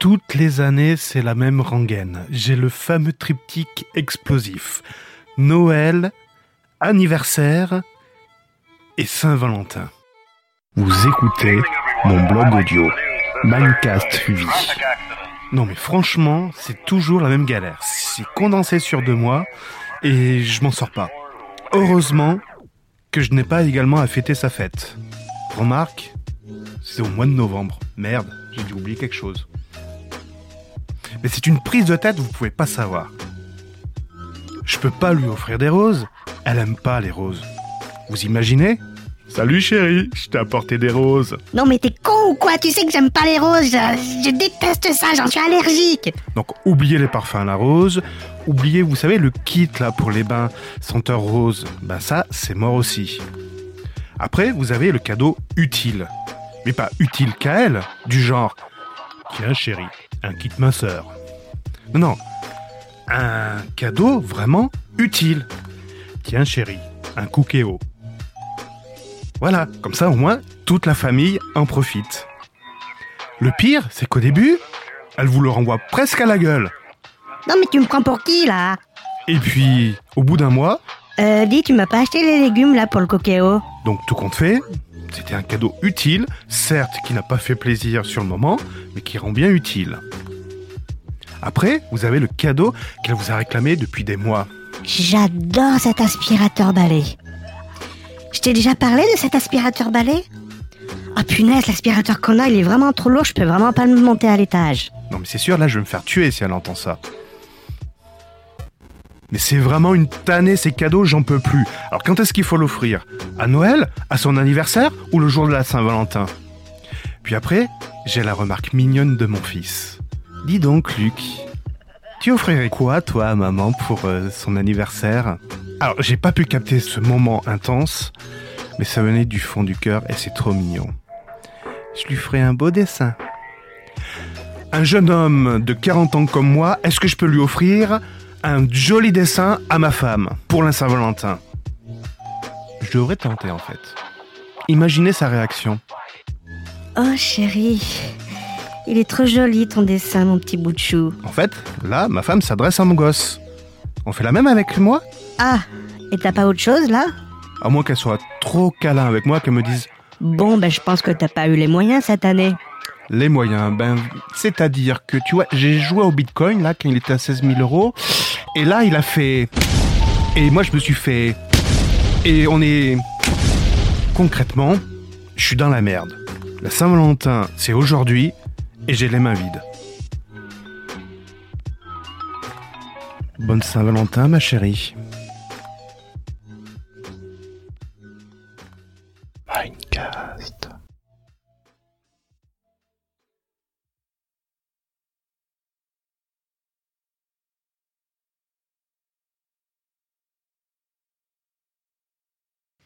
Toutes les années, c'est la même rengaine. J'ai le fameux triptyque explosif. Noël, anniversaire et Saint-Valentin. Vous écoutez mon blog audio, Minecast Vie. Non mais franchement, c'est toujours la même galère. C'est condensé sur 2 mois et je m'en sors pas. Heureusement que je n'ai pas également à fêter sa fête. Remarque, c'est au mois de novembre. Merde, j'ai dû oublier quelque chose. Mais c'est une prise de tête, vous pouvez pas savoir. Je peux pas lui offrir des roses, elle aime pas les roses. Vous imaginez ? Salut chérie, je t'ai apporté des roses. Non mais t'es con ou quoi ? Tu sais que j'aime pas les roses, je déteste ça, j'en suis allergique. Donc oubliez les parfums à la rose, oubliez, vous savez, le kit là pour les bains senteur rose. Ben ça, c'est mort aussi. Après, vous avez le cadeau utile. Mais pas utile qu'à elle, du genre « Tiens chérie, un kit minceur ». Non, un cadeau vraiment utile. « Tiens chérie, un cookéo ». Voilà, comme ça au moins, toute la famille en profite. Le pire, c'est qu'au début, elle vous le renvoie presque à la gueule. Non mais tu me prends pour qui là ? Et puis, au bout d'un mois... Dis, tu m'as pas acheté les légumes là pour le cookéo ? Donc tout compte fait, c'était un cadeau utile, certes qui n'a pas fait plaisir sur le moment, mais qui rend bien utile. Après, vous avez le cadeau qu'elle vous a réclamé depuis des mois. J'adore cet aspirateur balai. Je t'ai déjà parlé de cet aspirateur balai ? Ah punaise, l'aspirateur qu'on a, il est vraiment trop lourd, je peux vraiment pas le monter à l'étage. Non mais c'est sûr, là je vais me faire tuer si elle entend ça. Mais c'est vraiment une tannée, ces cadeaux, j'en peux plus. Alors quand est-ce qu'il faut l'offrir ? À Noël ? À son anniversaire ? Ou le jour de la Saint-Valentin ? Puis après, j'ai la remarque mignonne de mon fils. Dis donc Luc, tu offrirais quoi toi à maman pour son anniversaire ? Alors j'ai pas pu capter ce moment intense, mais ça venait du fond du cœur et c'est trop mignon. Je lui ferai un beau dessin. Un jeune homme de 40 ans comme moi, est-ce que je peux lui offrir un joli dessin à ma femme pour la Saint-Valentin ? Je devrais tenter en fait. Imaginez sa réaction. Oh chérie, il est trop joli ton dessin, mon petit bout de chou. En fait, là, ma femme s'adresse à mon gosse. On fait la même avec moi ? Ah, et t'as pas autre chose là ? À moins qu'elle soit trop câlin avec moi, qu'elle me dise Bon, je pense que t'as pas eu les moyens cette année. les moyens. C'est-à-dire que, tu vois, j'ai joué au Bitcoin, là, quand il était à 16 000 €. Et là, il a fait... Et moi, je me suis fait... Et on est... Concrètement, je suis dans la merde. La Saint-Valentin, c'est aujourd'hui, et j'ai les mains vides. Bonne Saint-Valentin, ma chérie.